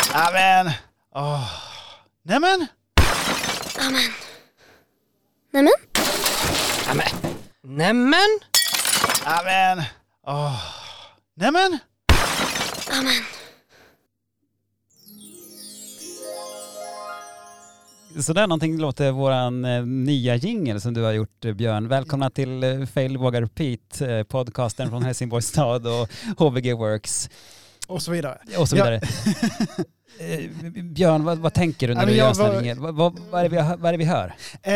Amen. Nämen. Amen. Nämen. Amen. Nämen. Amen. Nämen. Amen. Så där någonting låter våran nya jingle som du har gjort, Björn. Välkomna till Fail Våga Repeat, podcasten från Helsingborgs stad och HVG Works. Och så vidare. Björn, vad tänker du när du gör en sån här jingel? Vad är det vi hör?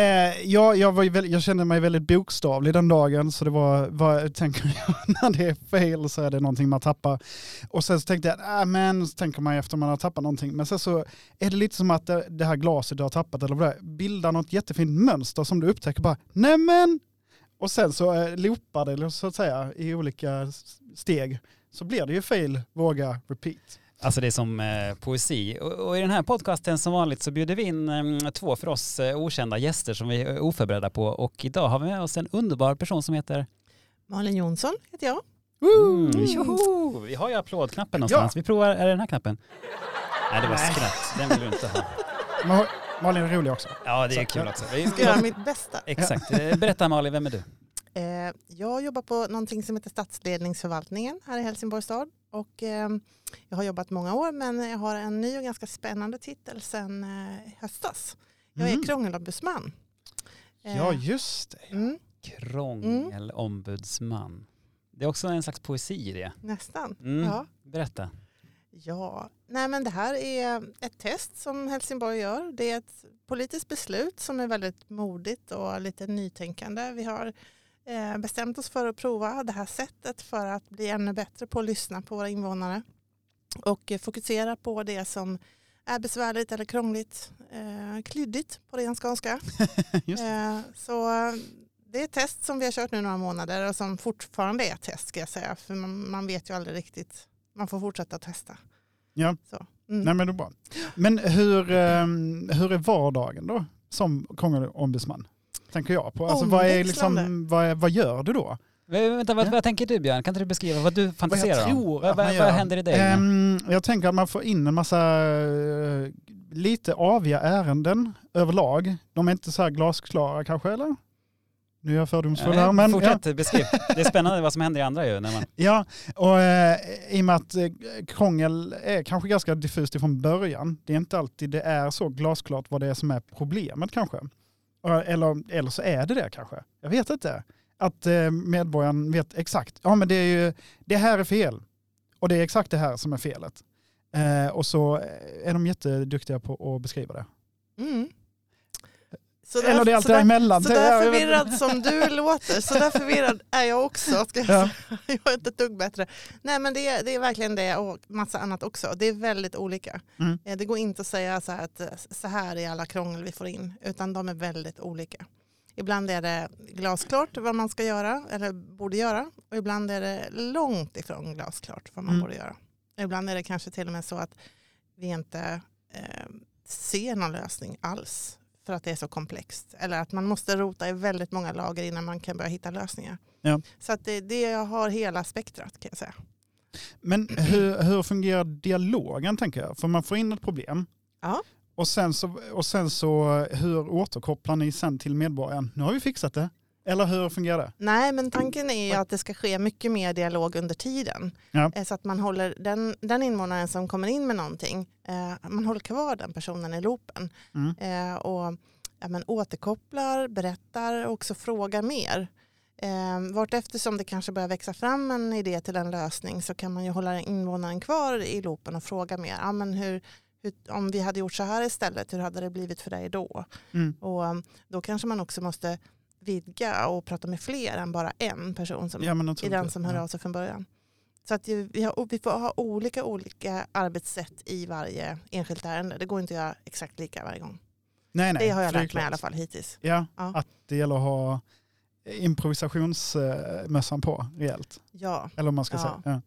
Jag kände mig väldigt bokstavlig den dagen, så det var vad tänker jag när det är fel så är det någonting man tappar. Och sen så tänkte jag, men så tänker man efter man har tappat någonting. Men sen så är det lite som att det här glaset du har tappat eller vad det är, bildar något jättefint mönster som du upptäcker bara, nämen! Och sen så loopar det så att säga i olika steg. Så blir det ju fail, våga, repeat. Alltså det är som poesi. Och i den här podcasten som vanligt så bjuder vi in två för oss okända gäster som vi är oförberedda på. Och idag har vi med oss en underbar person som heter Malin Jonsson heter jag. Joho! Vi har ju applådknappen någonstans. Ja. Vi provar, är det den här knappen? Nej, det var skratt. Den vill du inte ha. Malin är rolig också. Ja, det är kul också. Jag ska göra mitt bästa. Exakt. Berätta Malin, vem är du? Jag jobbar på någonting som heter stadsledningsförvaltningen här i Helsingborgs stad. Och jag har jobbat många år, men jag har en ny och ganska spännande titel sedan höstas. Jag är krångelombudsman. Ja, just det. Krångelombudsman. Det är också en slags poesi i det. Nästan, ja. Berätta. Ja, nej men det här är ett test som Helsingborg gör. Det är ett politiskt beslut som är väldigt modigt och lite nytänkande. Vi har bestämt oss för att prova det här sättet för att bli ännu bättre på att lyssna på våra invånare och fokusera på det som är besvärligt eller krångligt, klyddigt på ren skånska. Så det är ett test som vi har kört nu några månader och som fortfarande är ett test ska jag säga, för man vet ju aldrig riktigt. Man får fortsätta testa. Ja, så. Nej, men det är bra. Men hur är vardagen då som krångelombudsman? Tänker jag på. Alltså, vad gör du då? Vänta, vad tänker du Björn? Kan inte du beskriva vad du fantiserar om? Vad händer i dig? Jag tänker att man får in en massa lite aviga ärenden överlag. De är inte så här glasklara kanske, eller? Nu är jag fördomsfull här. Men fortsätt beskriv. Det är spännande vad som händer i andra ju. När man... Ja, och i och med att krångel är kanske ganska diffust ifrån början. Det är inte alltid det är så glasklart vad det är som är problemet kanske. Eller så är det kanske. Jag vet inte. Att medborgaren vet exakt. Ja, men det här är fel. Och det är exakt det här som är felet. Och så är de jätteduktiga på att beskriva det. Mm. Eller det är allt däremellan. Så där förvirrad som du låter, så där förvirrad är jag också. Ska jag säga. Jag är inte ett dugg bättre. Nej, men det är verkligen det och massa annat också. Det är väldigt olika. Det går inte att säga så här att så här är alla krångel vi får in, utan de är väldigt olika. Ibland är det glasklart vad man ska göra eller borde göra, och ibland är det långt ifrån glasklart vad man borde göra. Ibland är det kanske till och med så att vi inte ser någon lösning alls. För att det är så komplext. Eller att man måste rota i väldigt många lager innan man kan börja hitta lösningar. Ja. Så att det har hela spektrat kan jag säga. Men hur fungerar dialogen tänker jag? För man får in ett problem. Ja. Och sen så hur återkopplar ni sen till medborgaren? Nu har vi fixat det. Eller hur fungerar det? Nej, men tanken är ju att det ska ske mycket mer dialog under tiden. Ja. Så att man håller den invånaren som kommer in med någonting, man håller kvar den personen i loopen. Och återkopplar, berättar och också frågar mer. Vart eftersom det kanske börjar växa fram en idé till en lösning så kan man ju hålla invånaren kvar i loopen och fråga mer. Ja, men hur, om vi hade gjort så här istället, hur hade det blivit för dig då? Och då kanske man också måste vidga och prata med fler än bara en person som är den som hör av sig från början. Så att vi får ha olika arbetssätt i varje enskilt ärende. Det går inte att göra exakt lika varje gång. Nej, det har jag lärt mig i alla fall hittills. Ja, att det gäller att ha improvisationsmössan på rejält. Ja. Eller om man ska säga. Ja.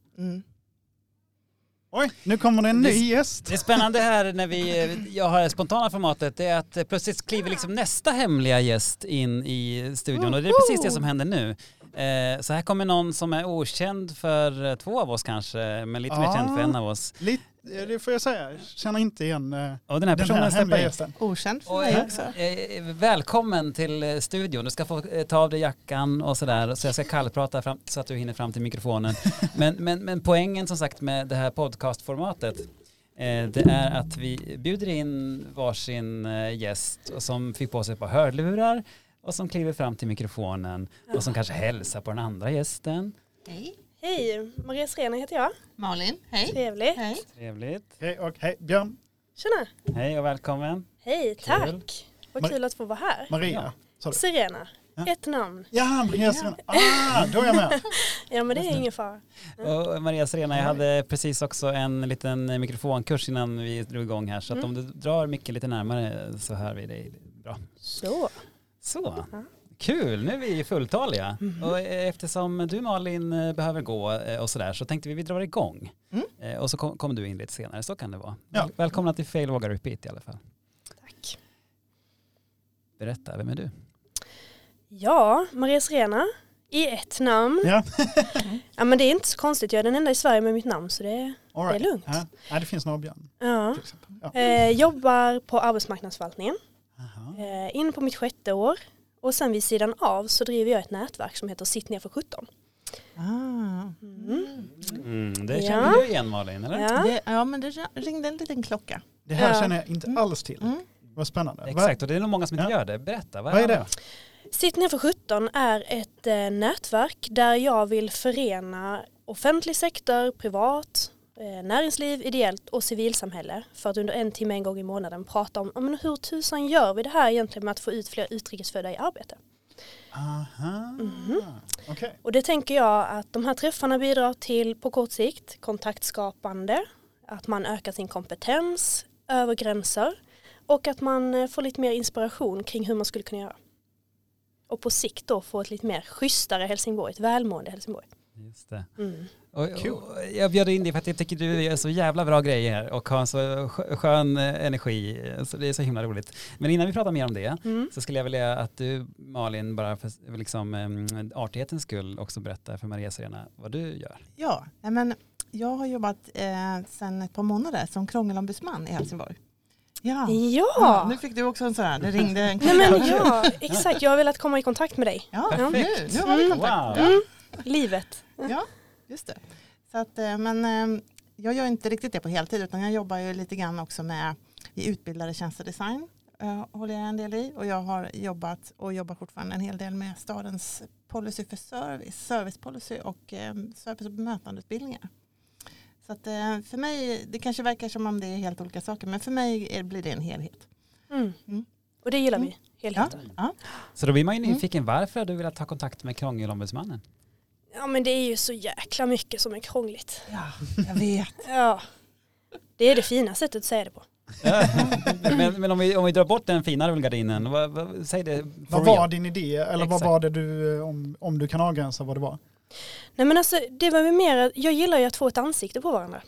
Oj, nu kommer det en ny gäst. Det är spännande här när jag har det spontana formatet, det är att plötsligt kliver liksom nästa hemliga gäst in i studion och det är precis det som händer nu. Så här kommer någon som är okänd för två av oss kanske, men lite mer känd för en av oss. Det får jag säga. Jag känner inte igen och den här personen hemliga gästen. Okänd för mig också. Välkommen till studion. Du ska få ta av dig jackan och sådär. Så jag ska kallprata fram, så att du hinner fram till mikrofonen. Men poängen som sagt med det här podcastformatet, det är att vi bjuder in varsin gäst som fick på sig ett par hörlurar och som kliver fram till mikrofonen och som kanske hälsar på den andra gästen. Hej, Maria Srena heter jag. Malin, hej. Trevligt. Hej. Trevligt. Hej och hej, Björn. Tjena. Hej och välkommen. Hej, tack. Vad kul att få vara här. Maria. Ja. Sirena. Ett namn. Ja, Maria Sirena. Då är jag med. Ja, men det är ingen fara. Och Maria Sirena, jag hade precis också en liten mikrofonkurs innan vi drog igång här. Så att om du drar mycket lite närmare så hör vi dig bra. Så. Kul, nu är vi fulltaliga. Och eftersom du Malin behöver gå och sådär så tänkte vi drar igång. Och så kommer du in lite senare, så kan det vara. Ja. Välkomna till Fail Våga Repeat i alla fall. Tack. Berätta, vem är du? Ja, Maria Srena. I ett namn. Ja. Ja, men det är inte så konstigt. Jag är den enda i Sverige med mitt namn, så det är lugnt. Ja, det finns några Björn. Ja. Till exempel. Ja. Jobbar på arbetsmarknadsförvaltningen. In på mitt 6:e år. Och sen vid sidan av så driver jag ett nätverk som heter Sitt ner för 17. Det känner du igen Malin, eller? Ja, men det ringde en liten klocka. Det här känner jag inte alls till. Vad spännande. Exakt, och det är nog många som inte gör det. Berätta, vad är det? Sitt ner för 17 är ett nätverk där jag vill förena offentlig sektor, privat, näringsliv, ideellt och civilsamhälle för att under 1 timme en gång i månaden prata om hur tusan gör vi det här egentligen med att få ut fler utrikesfödda i arbete. Okay. Och det tänker jag att de här träffarna bidrar till på kort sikt kontaktskapande, att man ökar sin kompetens över gränser och att man får lite mer inspiration kring hur man skulle kunna göra. Och på sikt då få ett lite mer schysstare Helsingborg, ett välmående Helsingborg. Just det. Och jag bjöd in dig för att jag tycker du gör så jävla bra grejer och har en så skön energi. Så det är så himla roligt. Men innan vi pratar mer om det så skulle jag vilja att du Malin bara för liksom, artighetens skull också berätta för Maria Sirena vad du gör. Ja, men jag har jobbat sedan ett par månader som krångelombudsman i Helsingborg. Ja. Nu fick du också en sån här, det ringde en exakt. Jag har velat komma i kontakt med dig. Ja, nu har vi kontakt. Wow. Livet. Ja, just det. Så att, men jag gör inte riktigt det på heltid utan jag jobbar ju lite grann också med i utbildade tjänstedesign. Håller jag en del i och jag har jobbat och jobbar fortfarande en hel del med stadens policy för servicepolicy och service- och bemötandeutbildningar. Så att för mig, det kanske verkar som om det är helt olika saker men för mig blir det en helhet. Och det gillar vi, helheten. Ja. Så då blir man ju nyfiken varför du vill ta kontakt med krångelombudsmannen. Ja, men det är ju så jäkla mycket som är krångligt. Ja, jag vet. Ja, det är det fina sättet att säga det på. Men om vi drar bort den fina rullgardinen, säg det. Vad var din idé? Eller vad var det du, om du kan avgränsa vad det var? Nej men alltså, det var väl mer, jag gillar ju att få ett ansikte på varandra.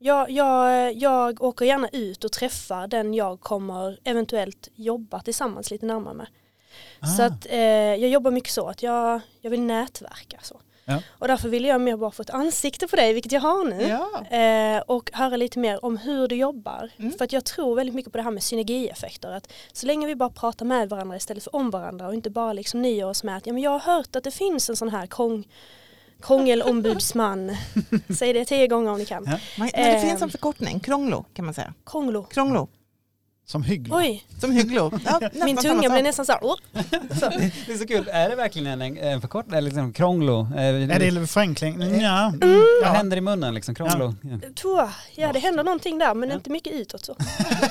Jag åker gärna ut och träffar den jag kommer eventuellt jobba tillsammans lite närmare med. Så att jag jobbar mycket så att jag vill nätverka så. Ja. Och därför vill jag mer bara få ett ansikte på dig, vilket jag har nu. Ja. Och höra lite mer om hur du jobbar. För att jag tror väldigt mycket på det här med synergieffekter. Att så länge vi bara pratar med varandra istället för om varandra och inte bara liksom nöjer oss med att ja, men jag har hört att det finns en sån här krångelombudsman. Säg det 10 gånger om ni kan. Ja. Men det finns en förkortning, krånglo kan man säga. Krånglo. Som hygglo. Oj. Som hygglo. Ja, min tunga blir nästan så här. Det är så kul. Är det verkligen en förkortning? Eller liksom krånglo? Är det en förenkling? Ja. Vad händer i munnen liksom? Krånglo? Ja, det händer någonting där men inte mycket utåt så.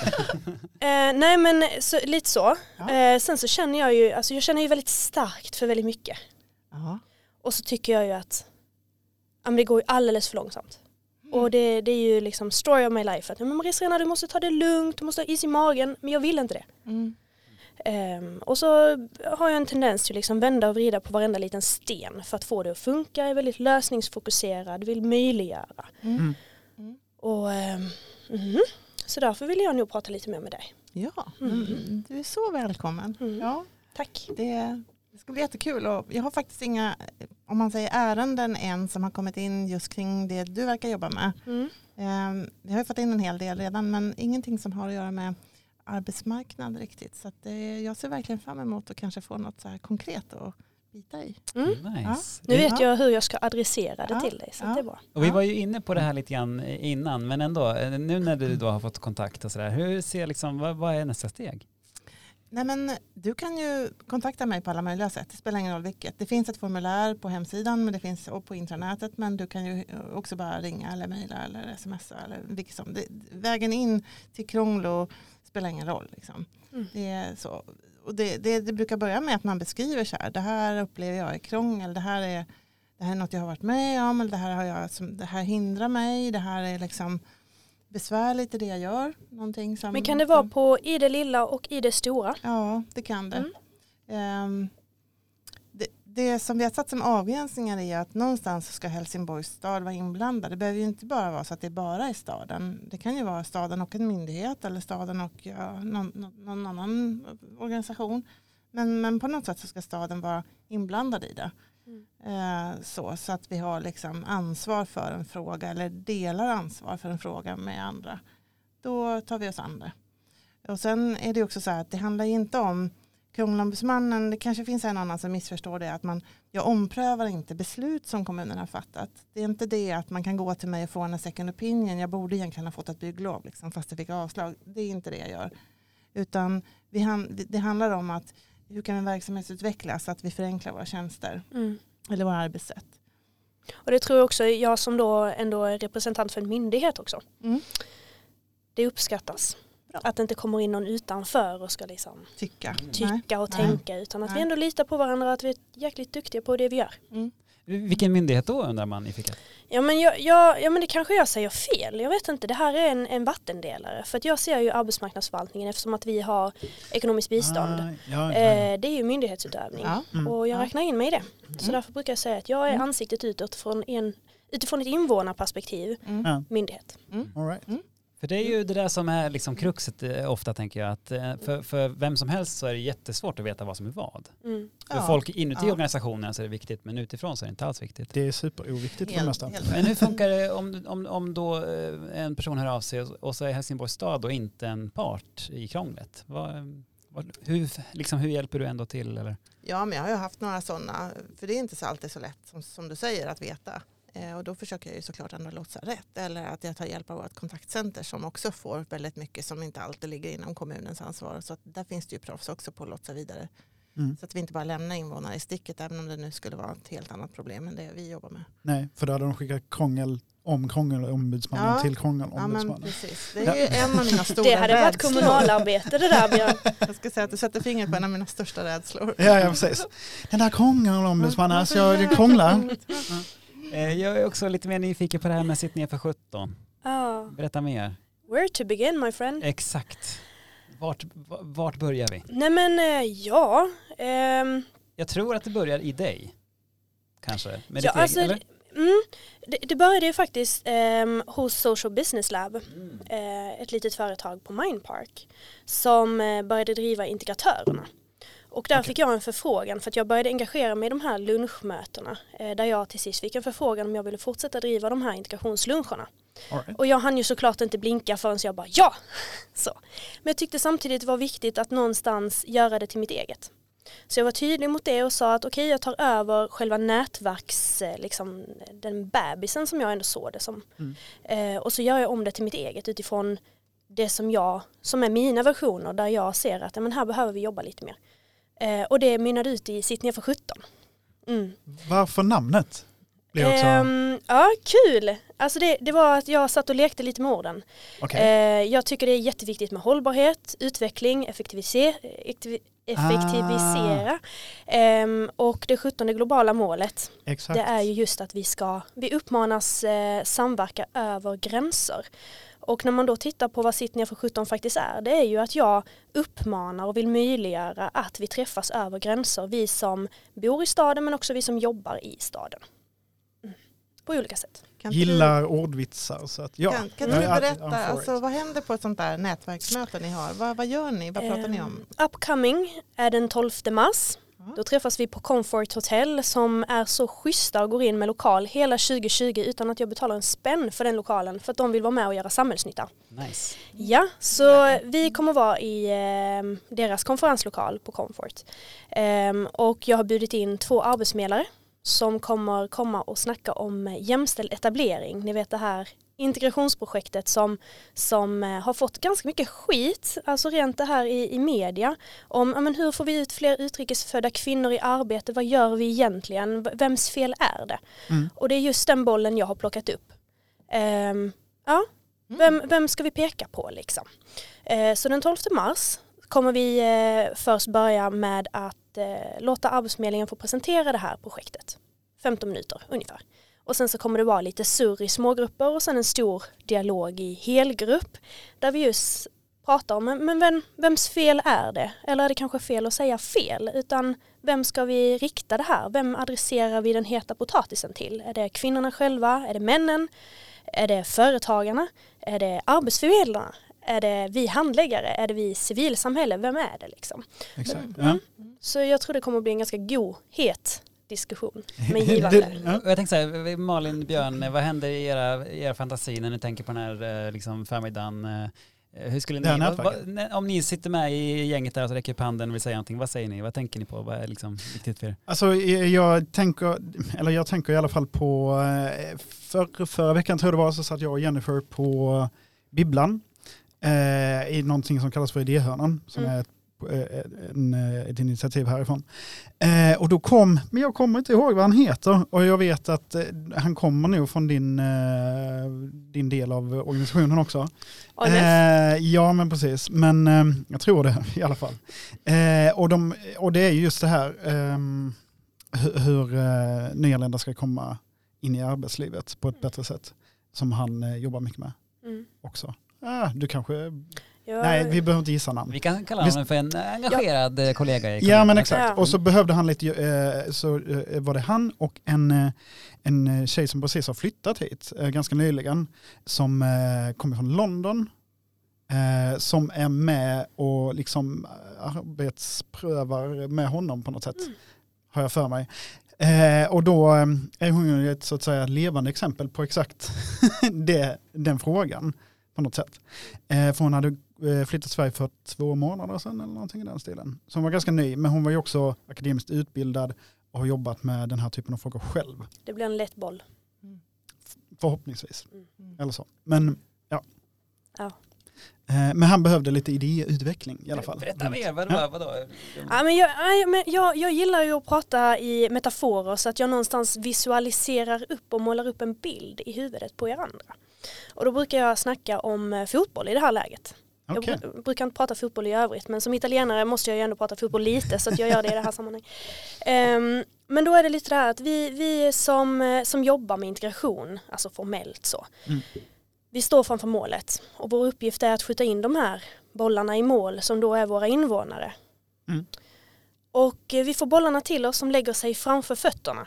Nej men så, lite så. Sen så känner jag ju, alltså jag känner ju väldigt starkt för väldigt mycket. Aha. Och så tycker jag ju att det går ju alldeles för långsamt. Och det är ju liksom story of my life. Att, men Maria Srena, du måste ta det lugnt, du måste ha is i magen. Men jag vill inte det. Och så har jag en tendens till att liksom vända och vrida på varenda liten sten för att få det att funka. Jag är väldigt lösningsfokuserad, vill möjliggöra. Och, så därför vill jag nog prata lite mer med dig. Ja, du är så välkommen. Ja, tack. Det ska bli jättekul och jag har faktiskt inga, om man säger ärenden än som har kommit in just kring det du verkar jobba med. Vi har ju fått in en hel del redan, men ingenting som har att göra med arbetsmarknad riktigt. Så att jag ser verkligen fram emot att kanske få något så här konkret att bita i. Nice. Ja. Nu vet jag hur jag ska adressera det till dig, så det är bra. Och vi var ju inne på det här lite grann innan, men ändå, nu när du då har fått kontakt och sådär, hur ser liksom, vad är nästa steg? Nej, men du kan ju kontakta mig på alla möjliga sätt. Det spelar ingen roll vilket. Det finns ett formulär på hemsidan, men det finns och på intranätet. Men du kan ju också bara ringa eller mejla eller smsa eller vilket som. Vägen in till Krånglo spelar ingen roll. Liksom. Det är så. Och det brukar börja med att man beskriver så här. Det här upplever jag är krångel. Det här är något jag har varit med om. Eller det här hindrar mig. Det här är liksom besvärligt i det jag gör. Någonting som, men kan det vara i det lilla och i det stora? Ja, det kan det. Det som vi har satt som avgränsningar är att någonstans ska Helsingborgs stad vara inblandad. Det behöver ju inte bara vara så att det bara är staden. Det kan ju vara staden och en myndighet eller staden och någon annan organisation. Men på något sätt så ska staden vara inblandad i det. Så att vi har liksom ansvar för en fråga eller delar ansvar för en fråga med andra. Då tar vi oss an det. Och sen är det också så här att det handlar inte om Krångelombudsmannen. Det kanske finns en annan som missförstår det. Att jag omprövar inte beslut som kommunen har fattat. Det är inte det att man kan gå till mig och få en second opinion. Jag borde egentligen ha fått ett bygglov liksom, fast jag fick avslag. Det är inte det jag gör. Utan det handlar om att hur kan en verksamhet utvecklas så att vi förenklar våra tjänster. Eller våra arbetssätt. Och det tror jag också, jag som då ändå är representant för en myndighet också. Det uppskattas. Bra. Att det inte kommer in någon utanför och ska liksom tycka och tänka. Utan att vi ändå litar på varandra och att vi är jäkligt duktiga på det vi gör. Vilken myndighet då undrar man i Fikat? Ja men det kanske jag säger fel. Jag vet inte, det här är en vattendelare. För att jag ser ju arbetsmarknadsförvaltningen eftersom att vi har ekonomiskt bistånd. Det är ju myndighetsutövning. Och jag räknar in mig i det. Så därför brukar jag säga att jag är ansiktet utåt utifrån ett invånarperspektiv. Myndighet. All right. För det är ju det där som är liksom kruxet ofta tänker jag. Att för vem som helst så är det jättesvårt att veta vad som är vad. För folk inuti organisationen så är det viktigt, men utifrån så är det inte alls viktigt. Det är superoviktigt för det mesta. Men hur funkar det om då en person hör av sig och så är Helsingborgs stad och inte en part i krånglet? Hur hjälper du ändå till? Eller? Ja, men jag har ju haft några sådana. För det är inte så alltid så lätt som du säger att veta. Och då försöker jag ju såklart ändå lotsa rätt. Eller att jag tar hjälp av vårt kontaktcenter som också får väldigt mycket som inte alltid ligger inom kommunens ansvar. Så att där finns det ju proffs också på att lotsa vidare. Så att vi inte bara lämnar invånare i sticket även om det nu skulle vara ett helt annat problem än det vi jobbar med. Nej, för då hade de skickat krångelombudsmannen till krångelombudsmannen. Ja, men precis. Det är ju en av mina stora Det hade varit rädslor. Kommunalarbete det där, Björn. Jag ska säga att du sätter fingret på en av mina största rädslor. Ja, precis. Den där krångelombudsmannen, alltså jag krånglar. Jag är också lite mer nyfiken på det här med sitt ner för 17. Berätta mer. Where to begin, my friend? Exakt. Vart börjar vi? Nej men jag tror att det börjar i dig. Kanske. Med ja, ditt alltså, eller? Det började ju faktiskt hos Social Business Lab. Ett litet företag på Mindpark. Som började driva integratörerna. Och där fick jag en förfrågan för att jag började engagera mig i de här lunchmötena. Där jag till sist fick en förfrågan om jag ville fortsätta driva de här integrationsluncherna. Right. Och jag hann ju såklart inte blinka förrän jag bara ja! Så. Men jag tyckte samtidigt det var viktigt att någonstans göra det till mitt eget. Så jag var tydlig mot det och sa att okej, jag tar över själva nätverks, liksom, den bebisen som jag ändå såg det som. Och så gör jag om det till mitt eget utifrån det som är mina versioner där jag ser att men här behöver vi jobba lite mer. Och det mynnade ut i Sitt ner för 17. Varför namnet? Ja, kul. Alltså det var att jag satt och lekte lite med orden. Okay. Jag tycker det är jätteviktigt med hållbarhet, utveckling, effektivisera. Och det 17:e globala målet. Exakt. Det är ju just att vi uppmanas samverka över gränser. Och när man då tittar på vad Sitt ner för 17 faktiskt är, det är ju att jag uppmanar och vill möjliggöra att vi träffas över gränser. Vi som bor i staden men också vi som jobbar i staden. På olika sätt. Gillar ordvitsar. Så att, ja. Kan du berätta, alltså, vad händer på ett sånt där nätverksmöte ni har? Vad gör ni? Vad pratar ni om? Upcoming är den 12 mars. Då träffas vi på Comfort Hotel som är så schyssta och går in med lokal hela 2020 utan att jag betalar en spänn för den lokalen för att de vill vara med och göra samhällsnytta. Nice. Ja, så vi kommer vara i deras konferenslokal på Comfort. Och jag har bjudit in 2 arbetsförmedlare som kommer komma och snacka om jämställd etablering. Ni vet det här integrationsprojektet som har fått ganska mycket skit, alltså rent det här i media, om hur får vi ut fler utrikesfödda kvinnor i arbete, vad gör vi egentligen, vems fel är det? Och det är just den bollen jag har plockat upp. Vem ska vi peka på liksom? Så den 12 mars kommer vi först börja med att låta Arbetsförmedlingen få presentera det här projektet. 15 minuter ungefär. Och sen så kommer det vara lite surr i smågrupper och sen en stor dialog i helgrupp där vi just pratar om men vems fel är det? Eller är det kanske fel att säga fel? Utan vem ska vi rikta det här? Vem adresserar vi den heta potatisen till? Är det kvinnorna själva? Är det männen? Är det företagarna? Är det arbetsförmedlarna? Är det vi handläggare? Är det vi civilsamhälle? Vem är det liksom? Exakt. Så jag tror det kommer att bli en ganska het diskussion med givande. Jag tänkte så här, Malin, Björn, vad händer i era fantasi när ni tänker på den här liksom, förmiddagen? Hur skulle ni, om ni sitter med i gänget där och räcker upp handen och vill säga någonting, vad säger ni? Vad tänker ni på? Vad är liksom viktigt för er? Alltså jag tänker i alla fall på förra veckan tror jag det var, så satt jag och Jennifer på Bibblan i någonting som kallas för Idéhörnan som är ett initiativ härifrån. Och då men jag kommer inte ihåg vad han heter och jag vet att han kommer nog från din del av organisationen också. Ja men precis, men jag tror det i alla fall. Och det är just det här hur nyanlända ska komma in i arbetslivet på ett bättre sätt som han jobbar mycket med också. Du kanske... Nej, vi behöver inte gissa namn. Vi kan kalla honom för en engagerad kollega. Ja, men exakt. Och så behövde han lite, så var det han och en tjej som precis har flyttat hit ganska nyligen som kommer från London som är med och liksom arbetsprövar med honom på något sätt, har jag för mig. Och då är hon ju ett så att säga levande exempel på exakt den frågan på något sätt. För hon hade flyttat till Sverige för 2 månader sedan eller någonting i den stilen. Så hon var ganska ny, men hon var ju också akademiskt utbildad och har jobbat med den här typen av frågor själv. Det blir en lätt boll. Förhoppningsvis. Eller så. Men ja. Men han behövde lite idéutveckling i alla fall. Berätta mer, vadå? Jag gillar ju att prata i metaforer så att jag någonstans visualiserar upp och målar upp en bild i huvudet på er andra. Och då brukar jag snacka om fotboll i det här läget. Okay. Jag brukar inte prata fotboll i övrigt, men som italienare måste jag ju ändå prata fotboll lite så att jag gör det i det här sammanhanget. Men då är det lite det här att vi som jobbar med integration, alltså formellt så, vi står framför målet och vår uppgift är att skjuta in de här bollarna i mål som då är våra invånare. Och vi får bollarna till oss som lägger sig framför fötterna.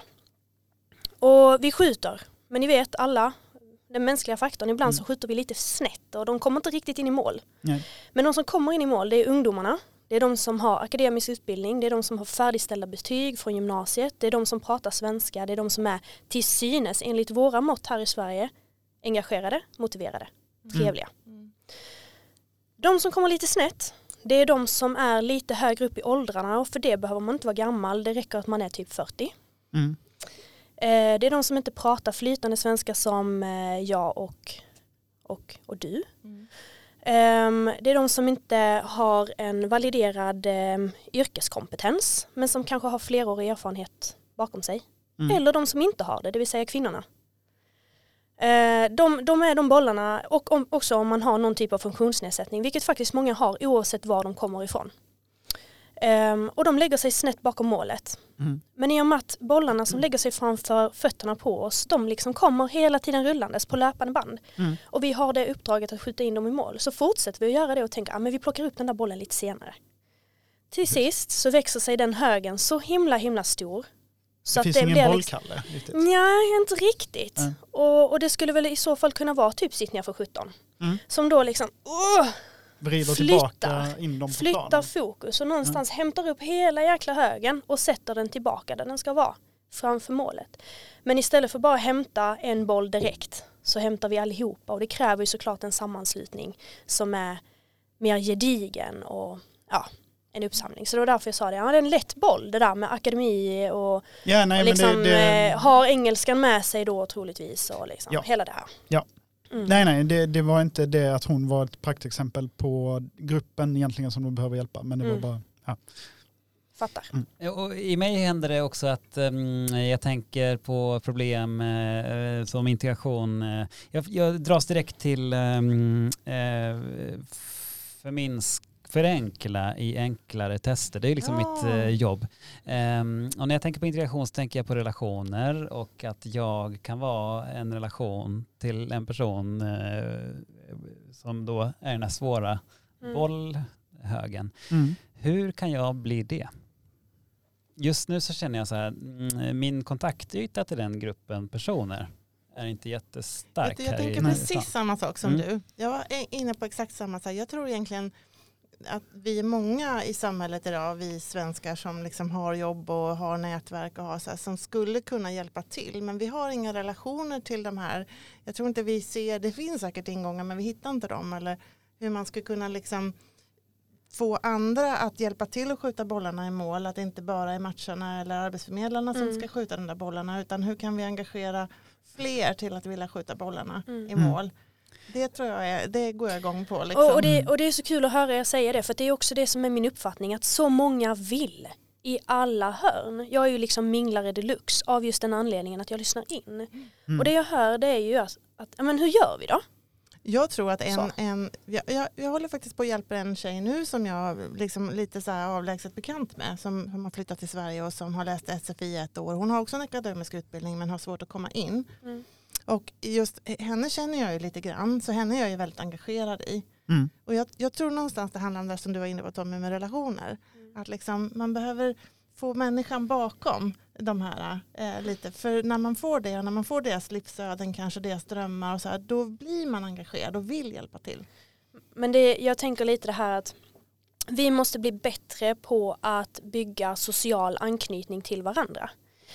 Och vi skjuter, men ni vet alla, den mänskliga faktorn, ibland så skjuter vi lite snett och de kommer inte riktigt in i mål. Nej. Men de som kommer in i mål, det är ungdomarna. Det är de som har akademisk utbildning, det är de som har färdigställda betyg från gymnasiet, det är de som pratar svenska, det är de som är till synes enligt våra mått här i Sverige engagerade, motiverade, trevliga. De som kommer lite snett, det är de som är lite högre upp i åldrarna och för det behöver man inte vara gammal, det räcker att man är typ 40. Det är de som inte pratar flytande svenska som jag och du. Det är de som inte har en validerad yrkeskompetens men som kanske har flerårig erfarenhet bakom sig. Eller de som inte har det vill säga kvinnorna. De är de bollarna och också om man har någon typ av funktionsnedsättning, vilket faktiskt många har oavsett var de kommer ifrån. Och de lägger sig snett bakom målet. Men i och med att bollarna som lägger sig framför fötterna på oss, de liksom kommer hela tiden rullandes på löpande band. Och vi har det uppdraget att skjuta in dem i mål. Så fortsätter vi att göra det och tänka, men vi plockar upp den där bollen lite senare. Till sist så växer sig den högen så himla stor. Så det finns att ingen bollkalle riktigt? Nej, inte riktigt. Och det skulle väl i så fall kunna vara typ sitt ner för 17. Som då liksom vrider tillbaka in dem på flyttar planen. fokus och någonstans hämtar upp hela jäkla högen och sätter den tillbaka där den ska vara, framför målet. Men istället för bara hämta en boll direkt så hämtar vi allihopa, och det kräver ju såklart en sammanslutning som är mer gedigen och en uppsamling. Så det var därför jag sa det. Ja, det är en lätt boll det där med akademi och liksom, har engelskan med sig då troligtvis och liksom, hela det här. Ja. Nej, det var inte det att hon var ett praktexempel på gruppen egentligen som de behöver hjälpa, men det var bara, Fattar. Och i mig händer det också att jag tänker på problem som integration. Jag dras direkt till förenkla i enklare tester. Det är liksom mitt jobb. Och när jag tänker på integration så tänker jag på relationer och att jag kan vara en relation till en person som då är den här svåra bollhögen. Hur kan jag bli det? Just nu så känner jag så här, min kontaktyta till den gruppen personer är inte jättestark. Jag tänker precis samma sak som du. Jag var inne på exakt samma sak. Jag tror egentligen att vi är många i samhället idag, vi svenskar som liksom har jobb och har nätverk och har så här, som skulle kunna hjälpa till. Men vi har inga relationer till de här. Jag tror inte vi ser, det finns säkert ingångar men vi hittar inte dem. Eller hur man ska kunna liksom få andra att hjälpa till att skjuta bollarna i mål. Att det inte bara är matcherna eller arbetsförmedlarna som ska skjuta de där bollarna. Utan hur kan vi engagera fler till att vilja skjuta bollarna i mål. Det tror jag det går jag igång på. Liksom. Och det är så kul att höra er säga det, för det är också det som är min uppfattning, att så många vill i alla hörn. Jag är ju liksom minglare deluxe av just den anledningen att jag lyssnar in. Och det jag hör det är ju att men hur gör vi då? Jag tror att jag håller faktiskt på att hjälpa en tjej nu som jag liksom lite så här avlägset bekant med, som har flyttat till Sverige och som har läst SFI ett år. Hon har också en akademisk utbildning men har svårt att komma in. Och just henne känner jag ju lite grann, så henne är jag ju väldigt engagerad i. Och jag tror någonstans det handlar om det som du var inne på, Tommy, med relationer. Att liksom man behöver få människan bakom de här lite. För när man får det, när man får deras livsöden, kanske deras drömmar och så här, då blir man engagerad och vill hjälpa till. Men jag tänker lite det här att vi måste bli bättre på att bygga social anknytning till varandra.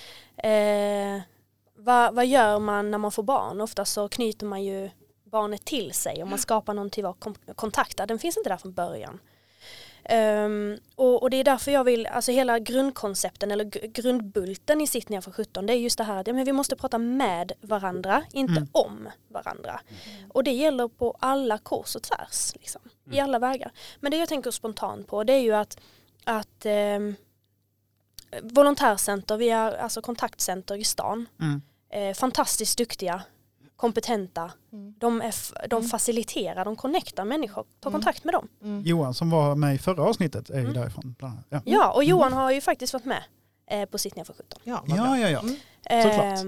Vad gör man när man får barn? Ofta så knyter man ju barnet till sig och man skapar någon typ av kontakt. Den finns inte där från början. Och det är därför jag vill, alltså hela grundkoncepten eller grundbulten i Sittningar för 17, det är just det här att men vi måste prata med varandra, inte om varandra. Och det gäller på alla kors och tvärs, liksom, i alla vägar. Men det jag tänker spontant på, det är ju att volontärcenter, vi är alltså kontaktcenter i stan. Fantastiskt duktiga, kompetenta. De faciliterar, de connectar människor, tar kontakt med dem. Johan som var med i förra avsnittet är ju därifrån. Ja, och Johan har ju faktiskt varit med på Sittningar för 17. Ja. Såklart.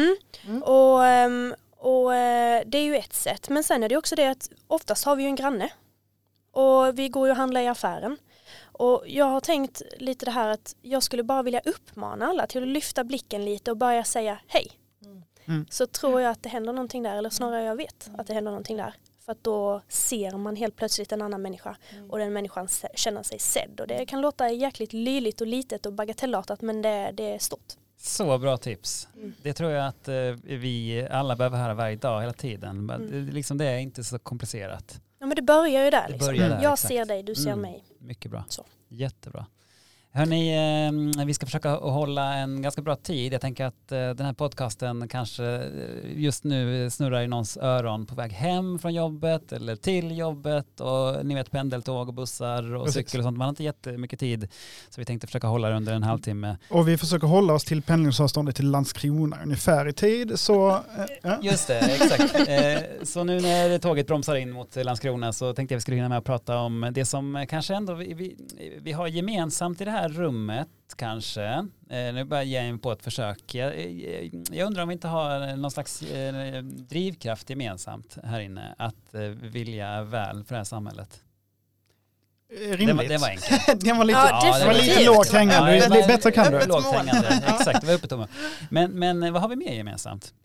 Och det är ju ett sätt. Men sen är det också det att oftast har vi ju en granne. Och vi går ju och handlar i affären. Och jag har tänkt lite det här att jag skulle bara vilja uppmana alla till att lyfta blicken lite och börja säga hej. Så tror jag att det händer någonting där, eller snarare jag vet att det händer någonting där. För att då ser man helt plötsligt en annan människa och den människan känner sig sedd. Och det kan låta jäkligt lyligt och litet och bagatellartat, men det är stort. Så bra tips. Det tror jag att vi alla behöver höra varje dag, hela tiden. Liksom det är inte så komplicerat. Ja, men det börjar ju där. Liksom. Jag ser dig, du ser mig. Mycket bra. Så. Jättebra. Hörrni, vi ska försöka hålla en ganska bra tid. Jag tänker att den här podcasten kanske just nu snurrar i någons öron på väg hem från jobbet eller till jobbet, och ni vet pendeltåg och bussar och cykel och sånt. Man har inte jättemycket tid, så vi tänkte försöka hålla det under en halvtimme. Och vi försöker hålla oss till pendlingsavståndet till Landskrona ungefär i tid. Så, Just det, exakt. Så nu när tåget bromsar in mot Landskrona så tänkte jag vi skulle hinna med att prata om det som kanske ändå vi har gemensamt i det här rummet kanske. Nu börjar jag ge mig på ett försök. Jag undrar om vi inte har någon slags drivkraft gemensamt här inne att vilja väl för det här samhället. Rimligt. Det var enkelt. Det var lite lågt hängande. Ja, det bättre kan du. Lågt hängande. Exakt, det var uppe tomma. Men vad har vi mer gemensamt?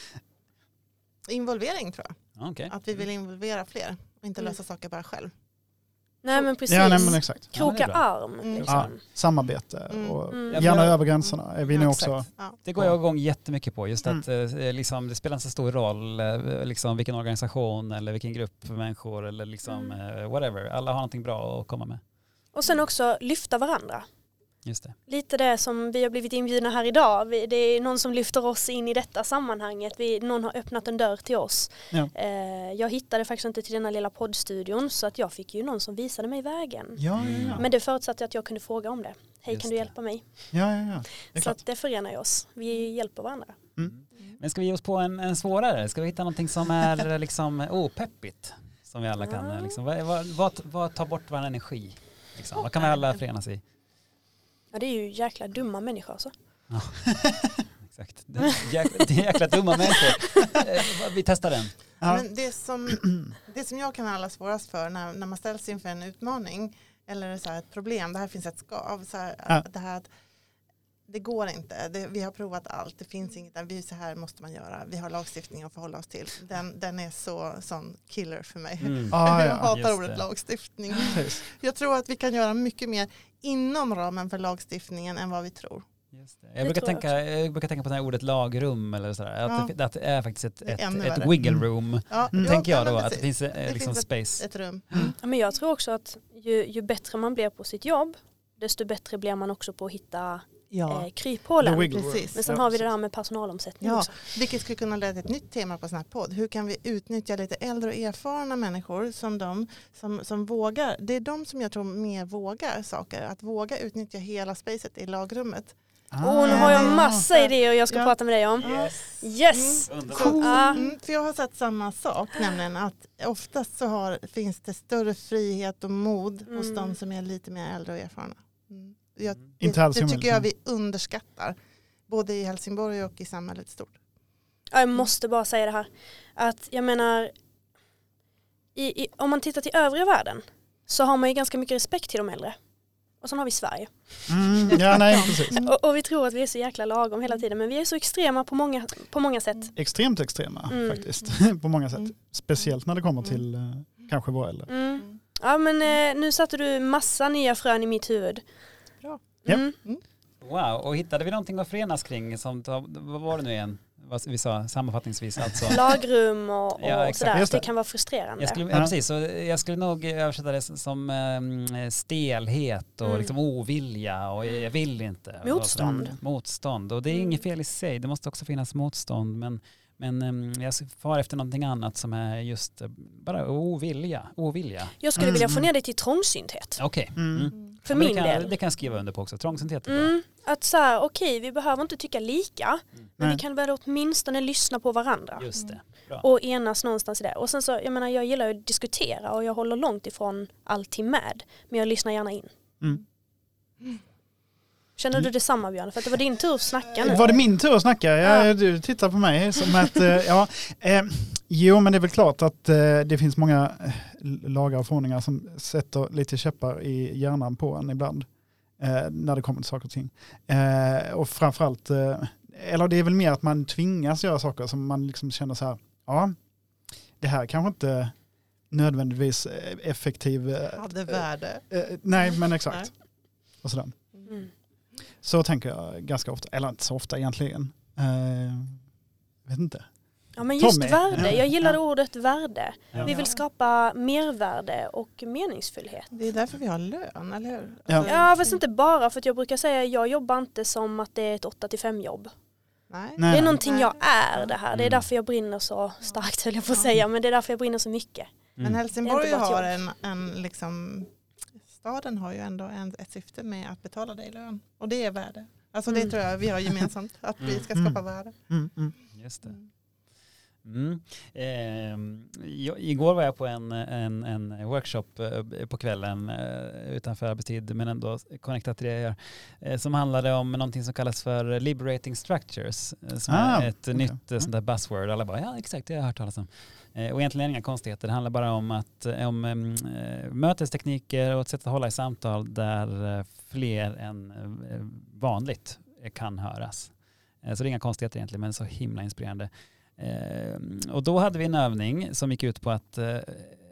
Involvering tror jag. Okay. Att vi vill involvera fler och inte lösa saker bara själv. Nej men precis. Ja, nej, men exakt. Kroka arm. Liksom. Ja, samarbete och gärna över gränserna är vi nu också. Ja. Det går jag igång jättemycket på. Just att liksom, det spelar inte så stor roll liksom, vilken organisation eller vilken grupp människor eller liksom, whatever. Alla har någonting bra att komma med. Och sen också lyfta varandra. Just det. Lite det som vi har blivit inbjudna här idag. Det är någon som lyfter oss in i detta sammanhanget. Någon har öppnat en dörr till oss. Ja. Jag hittade faktiskt inte till denna lilla poddstudion så att jag fick ju någon som visade mig vägen. Ja. Men det förutsatte att jag kunde fråga om det. Hej, kan du hjälpa mig? Ja. Så att det förenar oss. Vi hjälper varandra. Men ska vi ge oss på en svårare? Ska vi hitta någonting som är liksom peppigt? Som vi alla kan. Liksom, vad tar bort vår energi? Liksom? Vad kan vi alla förenas i? Ja, det är ju jäkla dumma människor alltså. Ja. Exakt. Det är jäkla dumma människor. Vi testar den. Ja. Men det som jag kan ha allra svårast för när man ställs inför en utmaning eller så här ett problem, det här finns ett skav, så här, det här att det går inte, vi har provat allt, det finns inget, så här måste man göra, vi har lagstiftning att förhålla oss till. Den är sån killer för mig. Jag hatar ordet lagstiftning. Jag tror att vi kan göra mycket mer inom ramen för lagstiftningen än vad vi tror. Just det. Jag brukar tänka på det här ordet lagrum eller sådär. Att det är faktiskt ett wiggle room. Tänker jag då, att det finns liksom space. Ett rum. Ja, men jag tror också att ju bättre man blir på sitt jobb, desto bättre blir man också på att hitta kryphålen. Men sen har vi det där med personalomsättning också. Vilket skulle kunna leda till ett nytt tema på sån här podd. Hur kan vi utnyttja lite äldre och erfarna människor som vågar. Det är de som jag tror mer vågar saker. Att våga utnyttja hela spacet i lagrummet. Nu har jag massa idéer jag ska prata med dig om. Yes! För jag har sett samma sak, nämligen att oftast så finns det större frihet och mod hos de som är lite mer äldre och erfarna. Det tycker jag vi underskattar. Både i Helsingborg och i samhället stort. Jag måste bara säga det här. Att jag menar, om man tittar till övriga världen så har man ju ganska mycket respekt till de äldre. Och sen har vi Sverige. Precis. och vi tror att vi är så jäkla lagom hela tiden. Men vi är så extrema på många sätt. Extremt extrema faktiskt. På många sätt. Speciellt när det kommer till kanske våra äldre. Ja, men nu satte du massa nya frön i mitt huvud. Bra. Wow, och hittade vi någonting att förenas kring? Vad var det nu igen? Vad vi sa sammanfattningsvis alltså. Lagrum och sådär. Det kan vara frustrerande. Jag skulle nog översätta det som stelhet och liksom ovilja och jag vill inte. Motstånd. Och det är inget fel i sig. Det måste också finnas motstånd. Men jag far efter någonting annat som är just bara ovilja. Jag skulle vilja få ner det till trångsynthet. Okej. För min del. Det kan jag skriva under på också. Trångsynthet är bra. Att så här, vi behöver inte tycka lika. Men vi kan väl åtminstone lyssna på varandra. Just det. Bra. Och enas någonstans i det. Och sen så, jag gillar att diskutera och jag håller långt ifrån allting med. Men jag lyssnar gärna in. Känner du detsamma, Björn? För att det var din tur att snacka nu. Var det min tur att snacka? Du tittar på mig som att, jo men det är väl klart att det finns många lagar och förordningar som sätter lite käppar i hjärnan på en ibland. När det kommer till saker och ting. Och framförallt, eller det är väl mer att man tvingas göra saker som man liksom känner så här, det här kanske inte nödvändigtvis effektiv. Hade värde. Nej, men exakt. Nej. Och sådär. Så tänker jag ganska ofta, eller inte så ofta egentligen. Vet inte. Ja, men just värde. Jag gillar ordet värde. Vi vill skapa mervärde och meningsfullhet. Det är därför vi har lön, eller hur? Ja, fast inte bara. För att jag brukar säga jag jobbar inte som att det är ett 8-5 jobb. Nej. Det är någonting jag är det här. Det är därför jag brinner så starkt, höll jag på att säga. Men det är därför jag brinner så mycket. Men Helsingborg har en liksom... Staden har ju ändå ett syfte med att betala dig lön. Och det är värde. Alltså det tror jag vi har gemensamt. Att vi ska skapa värde. Just det. Igår var jag på en workshop på kvällen utanför arbetstid, men ändå connectat till det jag gör, som handlade om någonting som kallas för liberating structures, som är ett nytt sånt där buzzword. Alla bara, ja exakt, det har jag hört talas om. Och egentligen inga konstigheter. Det handlar bara om mötestekniker och ett sätt att hålla i samtal där fler än vanligt kan höras. Så det är inga konstigheter egentligen, men så himla inspirerande. Och då hade vi en övning som gick ut på att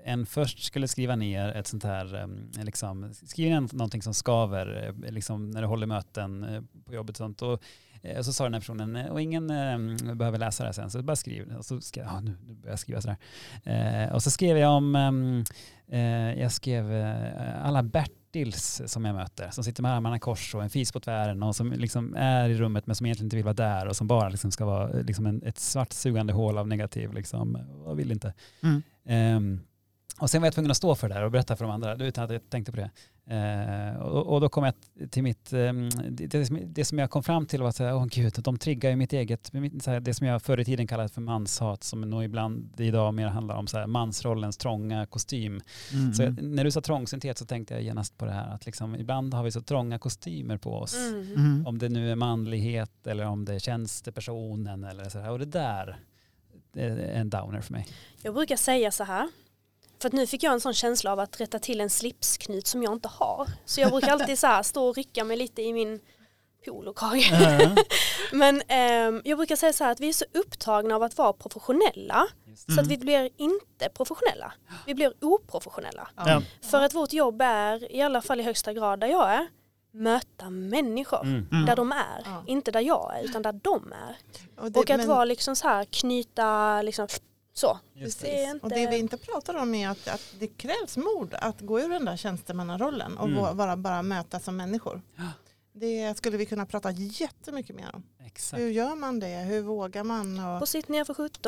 en först skulle skriva ner ett sånt här, liksom, skriv ner någonting som skaver liksom, när du håller möten på jobbet och sånt. Och så sa den här personen, och ingen behöver läsa det här sen, så bara skriv. Och så skrev nu börjar jag skriva sådär. Och så skrev jag om, jag skrev alla Bertils som jag möter, som sitter med armarna i kors och en fis på tvären och som liksom är i rummet men som egentligen inte vill vara där och som bara liksom ska vara liksom ett svart sugande hål av negativ liksom, och vill inte. Och sen var jag tvungen att stå för det här och berätta för de andra utan att jag tänkte på det. Och då kom jag till mitt, det som jag kom fram till var att gud, de triggar ju mitt eget, det som jag förr i tiden kallade för manshat, som nog ibland idag mer handlar om så här, mansrollens trånga kostym. Så när du sa trångsyntet så tänkte jag genast på det här att liksom, ibland har vi så trånga kostymer på oss. Om det nu är manlighet eller om det är tjänstepersonen eller så här. Och det där är en downer för mig. Jag brukar säga så här. För att nu fick jag en sån känsla av att rätta till en slipsknut som jag inte har. Så jag brukar alltid så här stå och rycka mig lite i min polokrage. Men jag brukar säga så här att vi är så upptagna av att vara professionella. Så att vi blir inte professionella. Vi blir oprofessionella. För att vårt jobb är, i alla fall i högsta grad där jag är, möta människor där de är. Inte där jag är, utan där de är. Och att vara liksom så här, knyta liksom... Så. Och det vi inte pratar om är att det krävs mod att gå ur den där tjänstemannarollen och bara möta som människor. Det skulle vi kunna prata jättemycket mer om. Exakt. Hur gör man det? Hur vågar man? Och... På sitt ner för 17.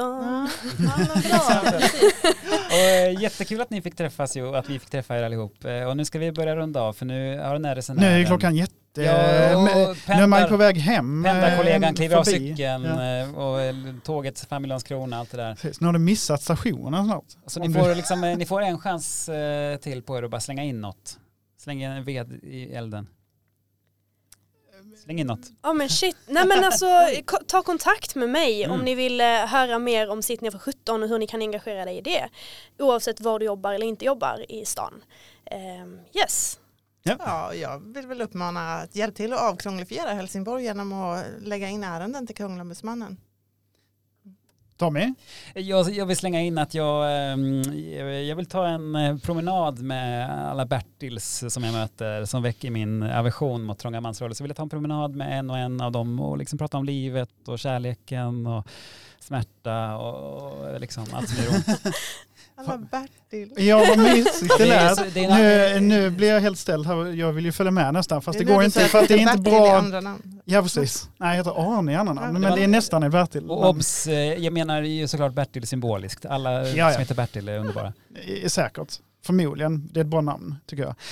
Och jättekul att ni fick träffas och att vi fick träffa er allihop. Och nu ska vi börja runda av för nu har den här resenären... Nu är klockan nu är man på väg hem. Pendlarkollegan kliver av cykeln och tåget 5 miljoner kronor, allt det där. Precis, nu har du missat stationen snart. Så ni får en chans till på er att bara slänga in något. Släng en ved i elden. Släng in något. Ja men shit. Nej men alltså ta kontakt med mig om ni vill höra mer om Sitt ner för 17 och hur ni kan engagera dig i det. Oavsett var du jobbar eller inte jobbar i stan. Yes. Ja, jag vill väl uppmana att hjälpa till att avkrånglifiera Helsingborg genom att lägga in ärenden till Kungl-ombudsmannen. Tommy? Jag vill slänga in att jag vill ta en promenad med alla Bertils som jag möter som väcker min aversion mot trånga mansroller. Så vill jag ta en promenad med en av dem och liksom prata om livet och kärleken och smärta och liksom allt som är ont. Alla Bertil. Ja, vad mysigt det lät. Nu blir jag helt ställd här. Jag vill ju följa med nästan, fast det går inte för att det är inte bra. Ja, precis. Nej, jag heter Arne i andra namn, men det är nästan en Bertil. Och obs, jag menar ju såklart Bertil symboliskt. Alla som heter Bertil är underbara. Säkert. Förmodligen. Det är ett bra namn, tycker jag.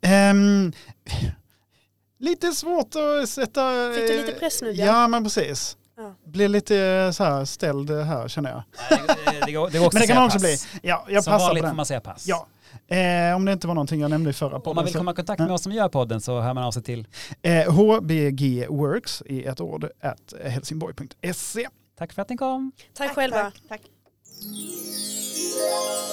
Lite svårt att sätta... Fick du lite press nu? Ja, men precis. Blir lite så här ställd här, känner jag. Det går också men det kan man också bli. Ja, jag som passar vanligt på den. får man säga pass. Ja. Om det inte var någonting jag nämnde i förra podden. Om man vill komma i kontakt med oss som gör podden så hör man av sig till hbgworks i ett ord @helsingborg.se. Tack för att ni kom. Tack själva. Tack.